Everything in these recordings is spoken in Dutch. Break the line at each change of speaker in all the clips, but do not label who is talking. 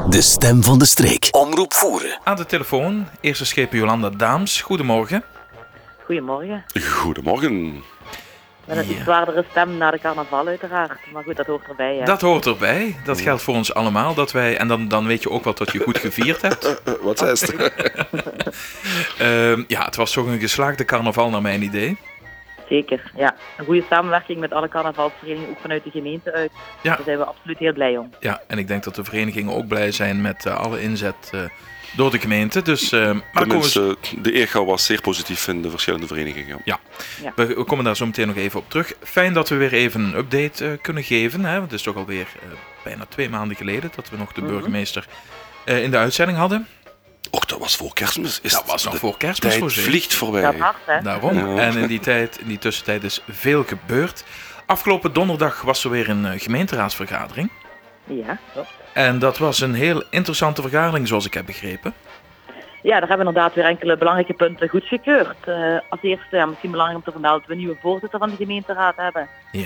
De stem van de streek. Omroep Voeren.
Aan de telefoon, eerste schepen Jolanda Daams. Goedemorgen.
Goedemorgen.
Goedemorgen.
Met een iets zwaardere stem na de carnaval uiteraard. Maar goed, dat hoort erbij. Hè?
Dat hoort erbij. Dat geldt voor ons allemaal. Dat wij, en dan weet je ook wel dat je goed gevierd hebt.
Wat zei het?
Ja, het was toch een geslaagde carnaval naar mijn idee.
Zeker, ja. Een goede samenwerking met alle carnavalsverenigingen, ook vanuit de gemeente uit.
Ja.
Daar zijn we absoluut heel blij om.
Ja, en ik denk dat de verenigingen ook blij zijn met alle inzet door de gemeente. Dus, maar
Tenminste, de eergang was zeer positief in de verschillende verenigingen.
Ja,
Ja.
we komen daar zo meteen nog even op terug. Fijn dat we weer even een update kunnen geven. Hè? Het is toch alweer bijna 2 maanden geleden dat we nog de burgemeester in de uitzending hadden.
Och, dat was voor Kerstmis.
Dat was nog voor Kerstmis.
Tijd
voor zich.
vliegt voorbij.
Dat hard, hè?
Daarom.
Ja.
En in die tussentijd is veel gebeurd. Afgelopen donderdag was er weer een gemeenteraadsvergadering.
Ja, klopt.
En dat was een heel interessante vergadering, zoals ik heb begrepen.
Ja, daar hebben we inderdaad weer enkele belangrijke punten goedgekeurd. Als eerste, ja, misschien belangrijk om te vermelden dat we een nieuwe voorzitter van de gemeenteraad hebben.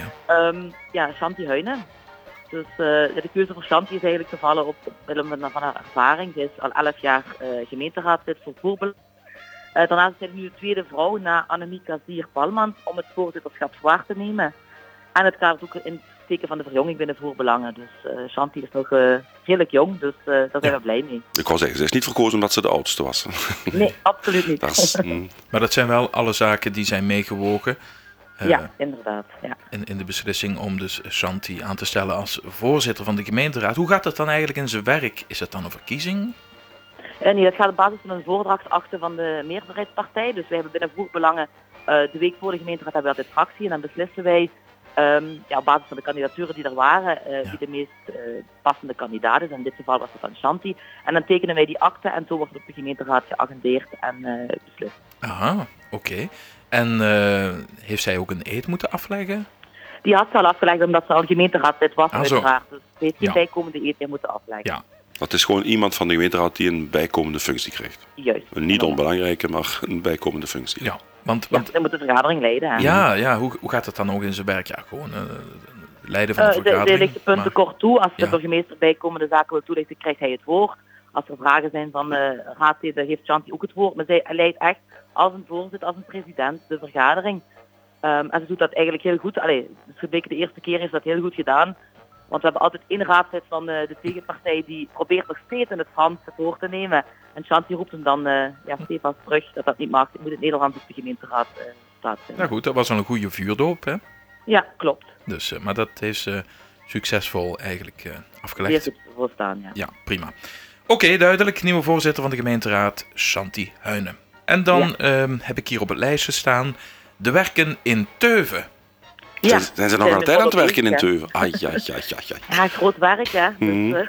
Ja.
Chanty Huyne. Dus de keuze voor Chanty is eigenlijk gevallen op van haar ervaring. Zij is al 11 jaar gemeenteraadslid voor Voerbelang. Daarnaast is zij nu de tweede vrouw na Annemiek Kazier-Palmans om het voorzitterschap waar te nemen. En het kadert ook in het teken van de verjonging binnen Voerbelangen. Dus Chanty is nog redelijk jong, dus daar zijn we blij mee.
Ik wou zeggen, ze is niet verkozen omdat ze de oudste was.
Nee, absoluut niet.
Dat is,
Maar dat zijn wel alle zaken die zijn meegewogen.
Ja, inderdaad. Ja.
In de beslissing om dus Chanty aan te stellen als voorzitter van de gemeenteraad. Hoe gaat dat dan eigenlijk in zijn werk? Is dat dan een verkiezing?
Nee, dat gaat op basis van een voordrachtsakte van de meerderheidspartij. Dus wij hebben binnen Voerbelangen de week voor de gemeenteraad hebben we altijd fractie. En dan beslissen wij op basis van de kandidaturen die er waren wie de meest passende kandidaat is. In dit geval was het van Chanty. En dan tekenen wij die akte en zo wordt het op de gemeenteraad geagendeerd en beslist.
Aha, oké. En heeft zij ook een eed moeten afleggen?
Die had ze al afgelegd omdat ze al gemeenteraadslid was uiteraard. Dus ze heeft geen
Ja.
bijkomende eed meer moeten afleggen.
Ja.
dat is gewoon iemand van de gemeenteraad die een bijkomende functie krijgt.
Juist.
Een niet onbelangrijke, maar een bijkomende functie.
Ja, want
Zij moet de vergadering leiden. Hè?
ja, hoe gaat het dan ook in zijn werk? Ja, gewoon leiden van de
Zij
vergadering.
ligt de punten
maar-
kort toe. Als de
Ja.
burgemeester bijkomende zaken wil toelichten, krijgt hij het woord. Als er vragen zijn van raadsleden, geeft Chanty ook het woord. Maar zij leidt echt als een voorzitter, als een president de vergadering. En ze doet dat eigenlijk heel goed. Het is gebleken de eerste keer is dat heel goed gedaan. Want we hebben altijd één raadslid van de tegenpartij die probeert nog steeds in het Frans het woord te nemen. En Chanty roept hem dan stevast terug dat dat niet mag. Het moet in het Nederlands op de gemeenteraad plaatsvinden.
Nou goed, dat was al een goede vuurdoop, hè?
Ja, klopt.
Dus, maar dat heeft ze succesvol eigenlijk
Die
afgelegd.
heeft het voor staan, ja.
Ja, prima. Oké, duidelijk. Nieuwe voorzitter van de gemeenteraad, Chanty Huyne. En dan heb ik hier op het lijstje staan de werken in Teuven.
Ja,
Zijn ze nog
zijn
altijd aan het
volop
werken in
bezig, hè.
Teuven? Ai.
Ja, groot werk, hè.
Mhm.
Dus,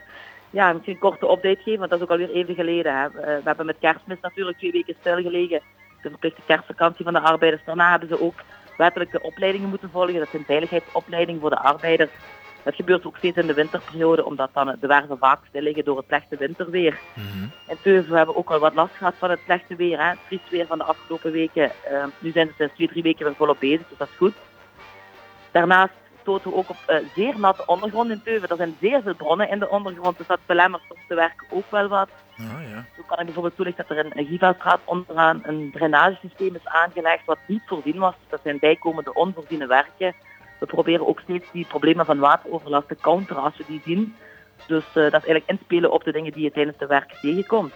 ja, misschien een korte update geven, want dat is ook alweer even geleden. Hè. We hebben met Kerstmis natuurlijk 2 weken stilgelegen. De verplichte kerstvakantie van de arbeiders. Daarna hebben ze ook wettelijke opleidingen moeten volgen. Dat zijn veiligheidsopleidingen voor de arbeiders. Dat gebeurt ook steeds in de winterperiode, omdat dan de werven vaak stil liggen door het slechte winterweer. In Teuven hebben we ook al wat last gehad van het slechte weer, hè. Het vriesweer van de afgelopen weken. Nu zijn ze sinds 2-3 weken weer volop bezig, dus dat is goed. Daarnaast stoten we ook op zeer natte ondergrond in Teuven. Er zijn zeer veel bronnen in de ondergrond, dus dat belemmert soms te werken ook wel wat.
Oh, ja.
Zo kan ik bijvoorbeeld toelichten dat er in een Givastraat onderaan een drainagesysteem is aangelegd wat niet voorzien was. Dat zijn bijkomende onvoorziene werken. We proberen ook steeds die problemen van wateroverlast te counteren als we die zien. Dus dat is eigenlijk inspelen op de dingen die je tijdens de werk tegenkomt.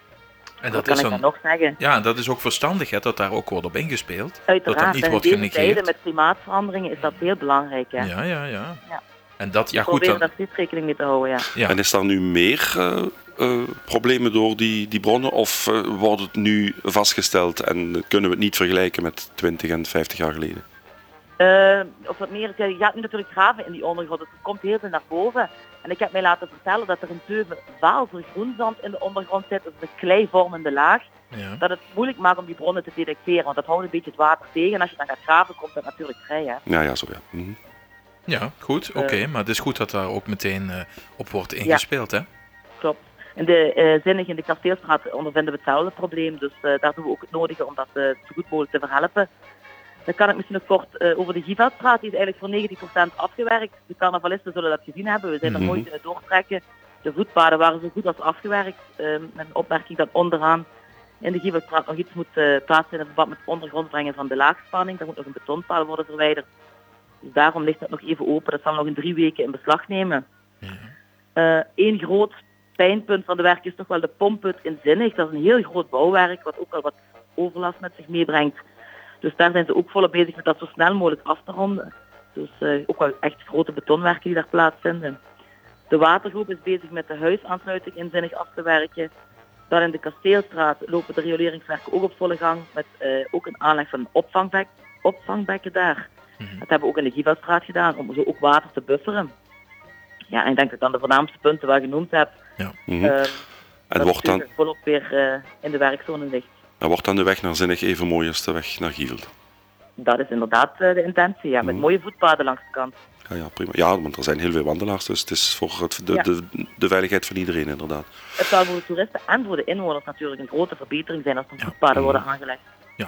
En
Wat
dat
kan
is
ik
dan,
dan nog zeggen?
ja, dat is ook verstandig, hè, dat daar ook wordt op ingespeeld.
Uiteraard,
dat dat niet
en
wordt
in deze tijden
genegeerd.
met klimaatveranderingen is dat heel belangrijk. Hè?
Ja.
Ja.
En dat, ja
We
goed,
proberen
dan,
daar steeds rekening mee te houden, ja.
ja.
En is er nu meer problemen door die bronnen? Of wordt het nu vastgesteld en kunnen we het niet vergelijken met 20 en 50 jaar geleden?
Of wat meer is, je gaat nu natuurlijk graven in die ondergrond, dus er komt heel veel naar boven. En ik heb mij laten vertellen dat er in Teuven vaal groenzand in de ondergrond zit, dat is een kleivormende laag,
Ja.
dat het moeilijk maakt om die bronnen te detecteren, want dat houdt een beetje het water tegen. En als je dan gaat graven, komt dat natuurlijk vrij, hè.
Ja, zo ja. Mhm.
Ja, goed, oké. Maar het is goed dat daar ook meteen op wordt ingespeeld, hè?
Klopt. In de Zinnig in de Kasteelstraat ondervinden we hetzelfde probleem, dus daar doen we ook het nodige om dat zo goed mogelijk te verhelpen. Dan kan ik misschien nog kort over de Givastraat. Die is eigenlijk voor 90% afgewerkt. De carnavalisten zullen dat gezien hebben. We zijn er nooit in het doortrekken. De voetpaden waren zo goed als afgewerkt. Met een opmerking dat onderaan in de Gievelstraat nog iets moet plaatsvinden in verband met het ondergrond brengen van de laagspanning. Daar moet nog een betonpaal worden verwijderd. Dus daarom ligt dat nog even open. Dat zal nog in 3 weken in beslag nemen. Eén groot pijnpunt van de werk is toch wel de pompput in Zinnig. Dat is een heel groot bouwwerk, wat ook al wat overlast met zich meebrengt. Dus daar zijn ze ook volop bezig met dat zo snel mogelijk af te ronden. Dus ook wel echt grote betonwerken die daar plaatsvinden. De watergroep is bezig met de huisaansluiting in Zinnig af te werken. Dan in de Kasteelstraat lopen de rioleringswerken ook op volle gang. Met ook een aanleg van een opvangbekken daar. Dat hebben we ook in de Gievelstraat gedaan, om zo ook water te bufferen. Ja, en ik denk dat ik dan de voornaamste punten waar je genoemd hebt,
en wordt dan
volop weer in de werkzone ligt.
En wordt dan de weg naar Zinnig even mooi als de weg naar Gieveld?
Dat is inderdaad de intentie, ja, met mooie voetpaden langs de kant.
Ja, prima. Ja, want er zijn heel veel wandelaars, dus het is voor de veiligheid van iedereen inderdaad.
Het zal voor de toeristen en voor de inwoners natuurlijk een grote verbetering zijn als er voetpaden worden aangelegd.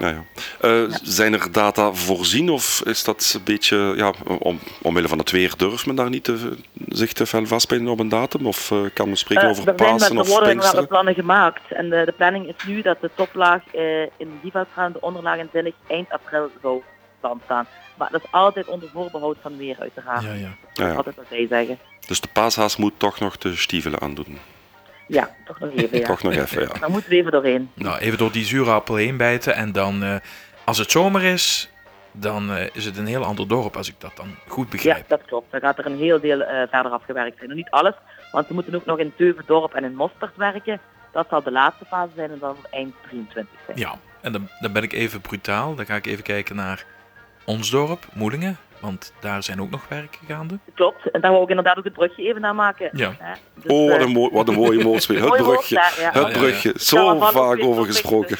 Zijn er data voorzien of is dat een beetje, omwille van het weer durft men daar niet zich te veel vastpinnen op een datum? Of kan men spreken over Pasen of
Pinksteren? Er
Pinksteren?
plannen gemaakt en de planning is nu dat de toplaag in de Gievelstraat en de onderlaag in Zinnig eind april zou staan. Maar dat is altijd onder voorbehoud van weer uiteraard. Dat moet altijd wat bij zeggen.
Dus de paashaas moet toch nog de stiefelen aandoen?
Ja, toch nog even. Ja.
Toch nog even, ja.
Dan moeten we even doorheen.
Nou, even door die zure appel heen bijten en dan, als het zomer is, dan is het een heel ander dorp, als ik dat dan goed begrijp.
Ja, dat klopt. Dan gaat er een heel deel verder afgewerkt zijn. Nog niet alles, want we moeten ook nog in Teuvendorp en in Mosterd werken. Dat zal de laatste fase zijn en dan eind 23 zijn.
Ja, en dan ben ik even brutaal. Dan ga ik even kijken naar ons dorp, Moelingen. Want daar zijn ook nog werken gaande.
Klopt, en daar wou ik inderdaad ook het brugje even naar maken.
Ja.
Dus,
Wat een mooie woordspeling. Het brugje. Het brugje. Zo vaak over gesproken.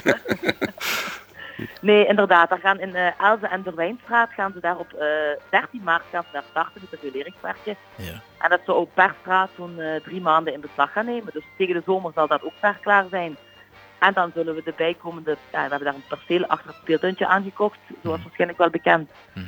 Nee, inderdaad. Daar gaan in Elze en Derwijnstraat gaan ze daar op 13 maart gaan ze daar starten met de rioleringswerken.
Ja.
En dat zou ook per straat zo'n 3 maanden in beslag gaan nemen. Dus tegen de zomer zal dat ook ver klaar zijn. En dan zullen we de bijkomende... we hebben daar een perceel achter het speeltuintje aangekocht, zoals waarschijnlijk wel bekend.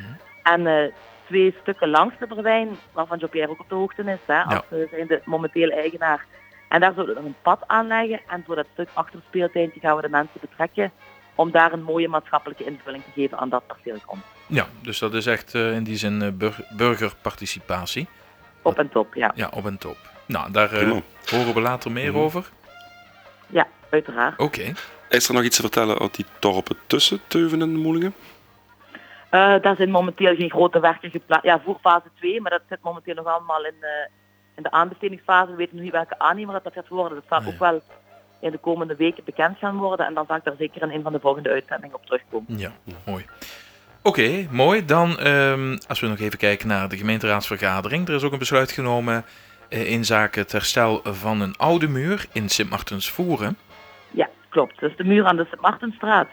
En 2 stukken langs de Berwijn, waarvan Jean-Pierre ook op de hoogte is, als zijn de momentele eigenaar. En daar zullen we nog een pad aanleggen. En voor dat stuk achter het speeltuintje gaan we de mensen betrekken om daar een mooie maatschappelijke invulling te geven aan dat perceelgrond.
Ja, dus dat is echt in die zin burgerparticipatie.
Op en top, ja.
Ja, op en top. Nou, daar horen we later meer over.
Ja, uiteraard.
Oké.
Is er nog iets te vertellen uit die dorpen tussen Teuven en Moelingen?
Daar zijn momenteel geen grote werken gepland. Ja, voor fase 2, maar dat zit momenteel nog allemaal in de aanbestedingsfase. We weten nog niet welke aannemer dat gaat worden. Dat zal ook wel in de komende weken bekend gaan worden. En dan zal ik daar zeker in een van de volgende uitzendingen op terugkomen.
Ja, mooi. Oké, mooi. Dan, als we nog even kijken naar de gemeenteraadsvergadering. Er is ook een besluit genomen in zaken het herstel van een oude muur in Sint-Martens-Voeren. Ja,
klopt. Dat is de muur aan de Sint-Martensstraat.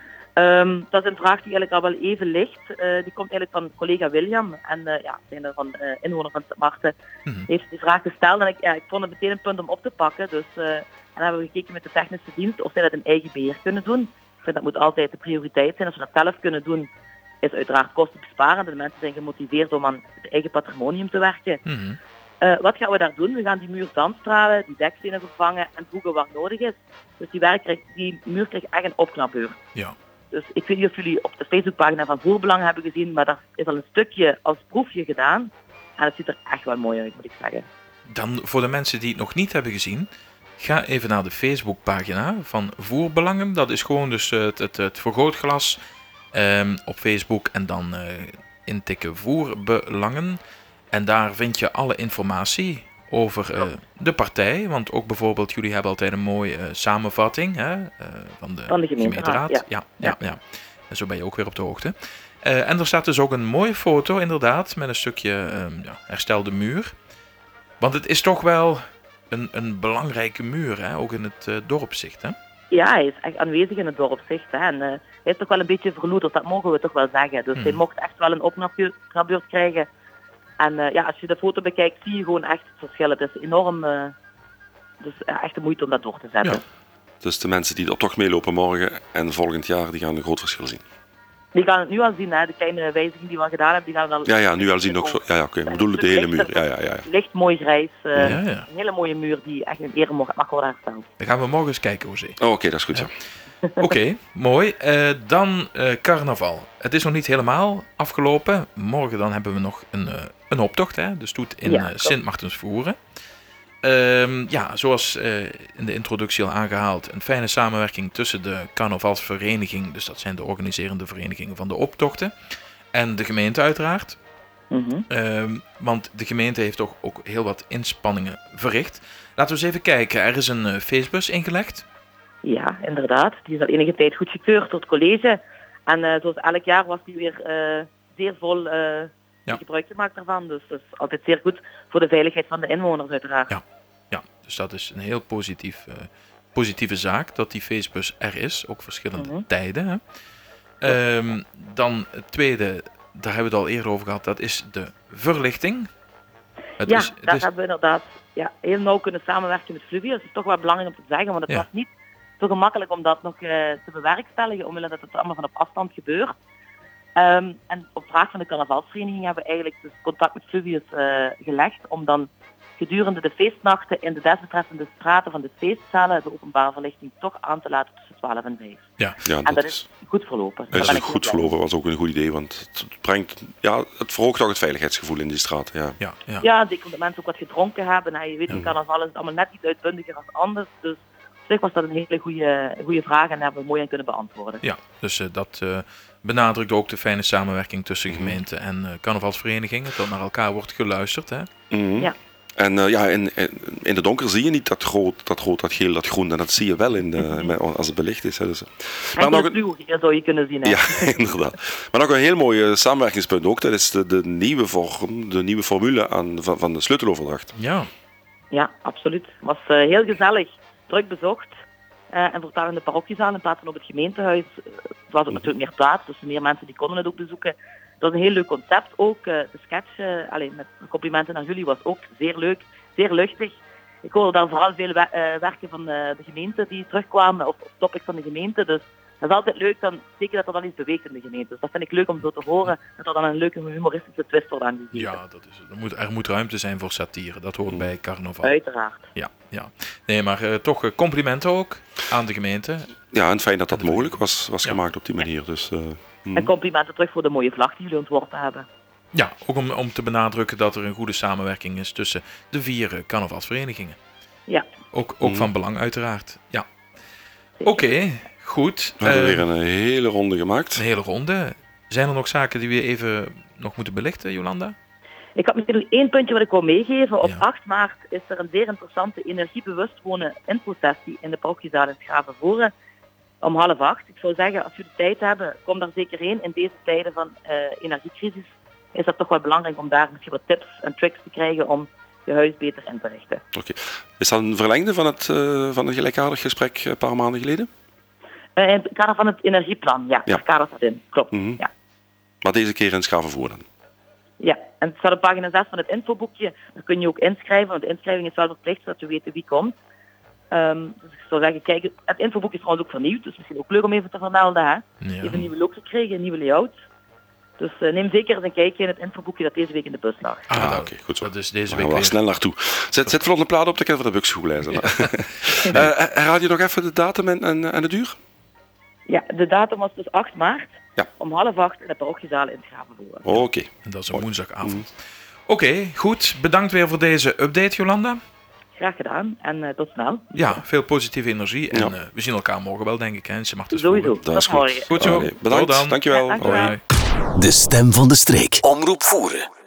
Dat is een vraag die eigenlijk al wel even ligt. Die komt eigenlijk van collega William. En zijn van inwoner van Sint-Marten heeft die vraag gesteld. En ik vond het meteen een punt om op te pakken. Dus en hebben we gekeken met de technische dienst of zij dat in eigen beheer kunnen doen. Ik vind dat moet altijd de prioriteit zijn. Als we dat zelf kunnen doen, is uiteraard kostenbesparend. De mensen zijn gemotiveerd om aan het eigen patrimonium te werken. Wat gaan we daar doen? We gaan die muur zandstralen, die dekstenen vervangen en voegen waar nodig is. Dus die muur krijgt echt een opknapbeurt.
Ja.
Dus ik weet niet of jullie op de Facebookpagina van Voerbelang hebben gezien, maar daar is al een stukje als proefje gedaan. En het ziet er echt wel mooi uit, moet ik zeggen.
Dan voor de mensen die het nog niet hebben gezien, ga even naar de Facebookpagina van Voerbelangen. Dat is gewoon dus het vergrootglas op Facebook en dan intikken Voerbelangen. En daar vind je alle informatie over de partij. Want ook bijvoorbeeld, jullie hebben altijd een mooie samenvatting van de gemeenteraad. Ja. En zo ben je ook weer op de hoogte. En er staat dus ook een mooie foto inderdaad, met een stukje herstelde muur. Want het is toch wel een belangrijke muur, hè? Ook in het dorpszicht. Hè?
Ja, hij is echt aanwezig in het dorpszicht. Hè? En hij is toch wel een beetje verloederd, dat mogen we toch wel zeggen. Dus hij mocht echt wel een opknapbeurt krijgen. En als je de foto bekijkt, zie je gewoon echt het verschil. Het is enorm, dus echt de moeite om dat door te zetten.
Ja. Dus de mensen die de optocht meelopen morgen en volgend jaar, die gaan een groot verschil zien.
Die gaan het nu al zien, hè. De kleine wijzigingen die we al gedaan hebben, die gaan we al...
Ja, nu al zien ook zo. Ja, oké. We bedoelen de hele muur. Ja.
Licht mooi grijs.
Ja.
Een hele mooie muur die echt in ere mag worden hersteld.
Dan gaan we morgen eens kijken, José.
Oké, dat is goed. Ja.
Oké, mooi. Dan carnaval. Het is nog niet helemaal afgelopen. Morgen dan hebben we nog een optocht, hè? De stoet in Sint-Martensvoeren. Zoals in de introductie al aangehaald, een fijne samenwerking tussen de carnavalsvereniging, dus dat zijn de organiserende verenigingen van de optochten, en de gemeente uiteraard. Want de gemeente heeft toch ook heel wat inspanningen verricht. Laten we eens even kijken. Er is een feestbus ingelegd.
Ja, inderdaad. Die is al enige tijd goedgekeurd door het college. En zoals elk jaar was die weer zeer vol gebruik gemaakt daarvan. Dus dat is altijd zeer goed voor de veiligheid van de inwoners uiteraard.
Ja, dus dat is een heel positieve zaak dat die feestbus er is. Ook verschillende tijden. Hè. Dan het tweede, daar hebben we het al eerder over gehad. Dat is de verlichting.
Daar hebben we inderdaad heel nauw kunnen samenwerken met Fluvius. Dat is toch wel belangrijk om te zeggen. Want het was niet zo gemakkelijk om dat nog te bewerkstelligen. Omwille dat het allemaal van op afstand gebeurt. En op vraag van de carnavalsvereniging hebben we eigenlijk dus contact met Fluvius gelegd om dan gedurende de feestnachten in de desbetreffende straten van de feestzalen de openbare verlichting toch aan te laten tussen 12 en 5.
Ja,
en dat is goed verlopen.
Dat is goed verlopen, was ook een goed idee, want het verhoogt toch het veiligheidsgevoel in die straat.
Ja, zeker omdat mensen ook wat gedronken hebben. En je weet, in carnaval is het allemaal net iets uitbundiger als anders. Dus op zich was dat een hele goede vraag en daar hebben we mooi aan kunnen beantwoorden. Ja,
dus dat benadrukt ook de fijne samenwerking tussen gemeente en carnavalsverenigingen, dat naar elkaar wordt geluisterd. Hè?
Ja.
En in de donker zie je niet dat rood, dat geel, dat groen. En dat zie je wel als het belicht is. Hè. Dus,
maar nog hier zou je kunnen zien. Hè?
Ja, inderdaad. Maar nog een heel mooi samenwerkingspunt ook. Dat is de nieuwe vorm, de nieuwe formule van de sleuteloverdracht.
Ja, absoluut. Het was heel gezellig, druk bezocht. En voortaan in de parochiezaal in plaats van op het gemeentehuis was het natuurlijk meer plaats. Dus meer mensen die konden het ook bezoeken. Dat is een heel leuk concept ook. De sketch, met complimenten aan jullie, was ook zeer leuk, zeer luchtig. Ik hoorde daar vooral veel werken van de gemeente die terugkwamen, of topics van de gemeente. Dus dat is altijd leuk, zeker dat er dan iets beweegt in de gemeente. Dus dat vind ik leuk om zo te horen, dat er dan een leuke humoristische twist wordt aangegeven.
Ja, dat is het. Er moet ruimte zijn voor satire, dat hoort bij carnaval.
Uiteraard.
Ja. Nee, maar toch complimenten ook aan de gemeente.
Ja, en fijn dat dat mogelijk was gemaakt op die manier. Dus...
En complimenten terug voor de mooie vlag die jullie ontworpen hebben.
Ja, ook om te benadrukken dat er een goede samenwerking is tussen de 4 carnavalsverenigingen.
Ja.
Ook van belang uiteraard. Ja. Oké, goed.
We hebben weer een hele ronde gemaakt.
Een hele ronde. Zijn er nog zaken die we even nog moeten belichten, Jolanda?
Ik had misschien 1 puntje wat ik wil meegeven. Op 8 maart is er een zeer interessante energiebewust wonen infosessie in de parochiezaal in Schavenvoeren. Om 7:30. Ik zou zeggen, als jullie tijd hebben, kom daar zeker heen. In deze tijden van energiecrisis is dat toch wel belangrijk om daar misschien wat tips en tricks te krijgen om je huis beter in te richten.
Oké. Is dat een verlengde van het gelijkaardig gesprek een paar maanden geleden?
In het kader van het energieplan, daar kadert dat in. Klopt, ja.
Maar deze keer in Schavenvoeren?
Ja, en het staat op pagina 6 van het infoboekje. Daar kun je ook inschrijven, want de inschrijving is wel verplicht, zodat we weten wie komt. Dus ik zou zeggen, kijk, het infoboek is trouwens ook vernieuwd, dus misschien ook leuk om even te vermelden. Hè? Even een nieuwe look gekregen, een nieuwe layout. Dus neem zeker eens een kijkje in het infoboekje dat deze week in de bus lag.
Oké, goed zo.
Dat is deze week
gaan we
weer
snel naartoe. Zet vlot een plaat op, dan kan je voor de buks goed lezen. Herhaal je nog even de datum en de duur?
Ja, de datum was dus 8 maart, om 7:30 in de parochiezaal in Schavenvoeren.
Oké.
En dat is een woensdagavond. Oké, goed. Bedankt weer voor deze update, Jolanda.
Graag gedaan en tot snel.
Ja, veel positieve energie. En we zien elkaar morgen wel, denk ik. Hè?
Sowieso, dat is mooi.
Goed zo.
Bedankt, dankjewel.
Ja, dankjewel.
De stem van de streek. Omroep Voeren.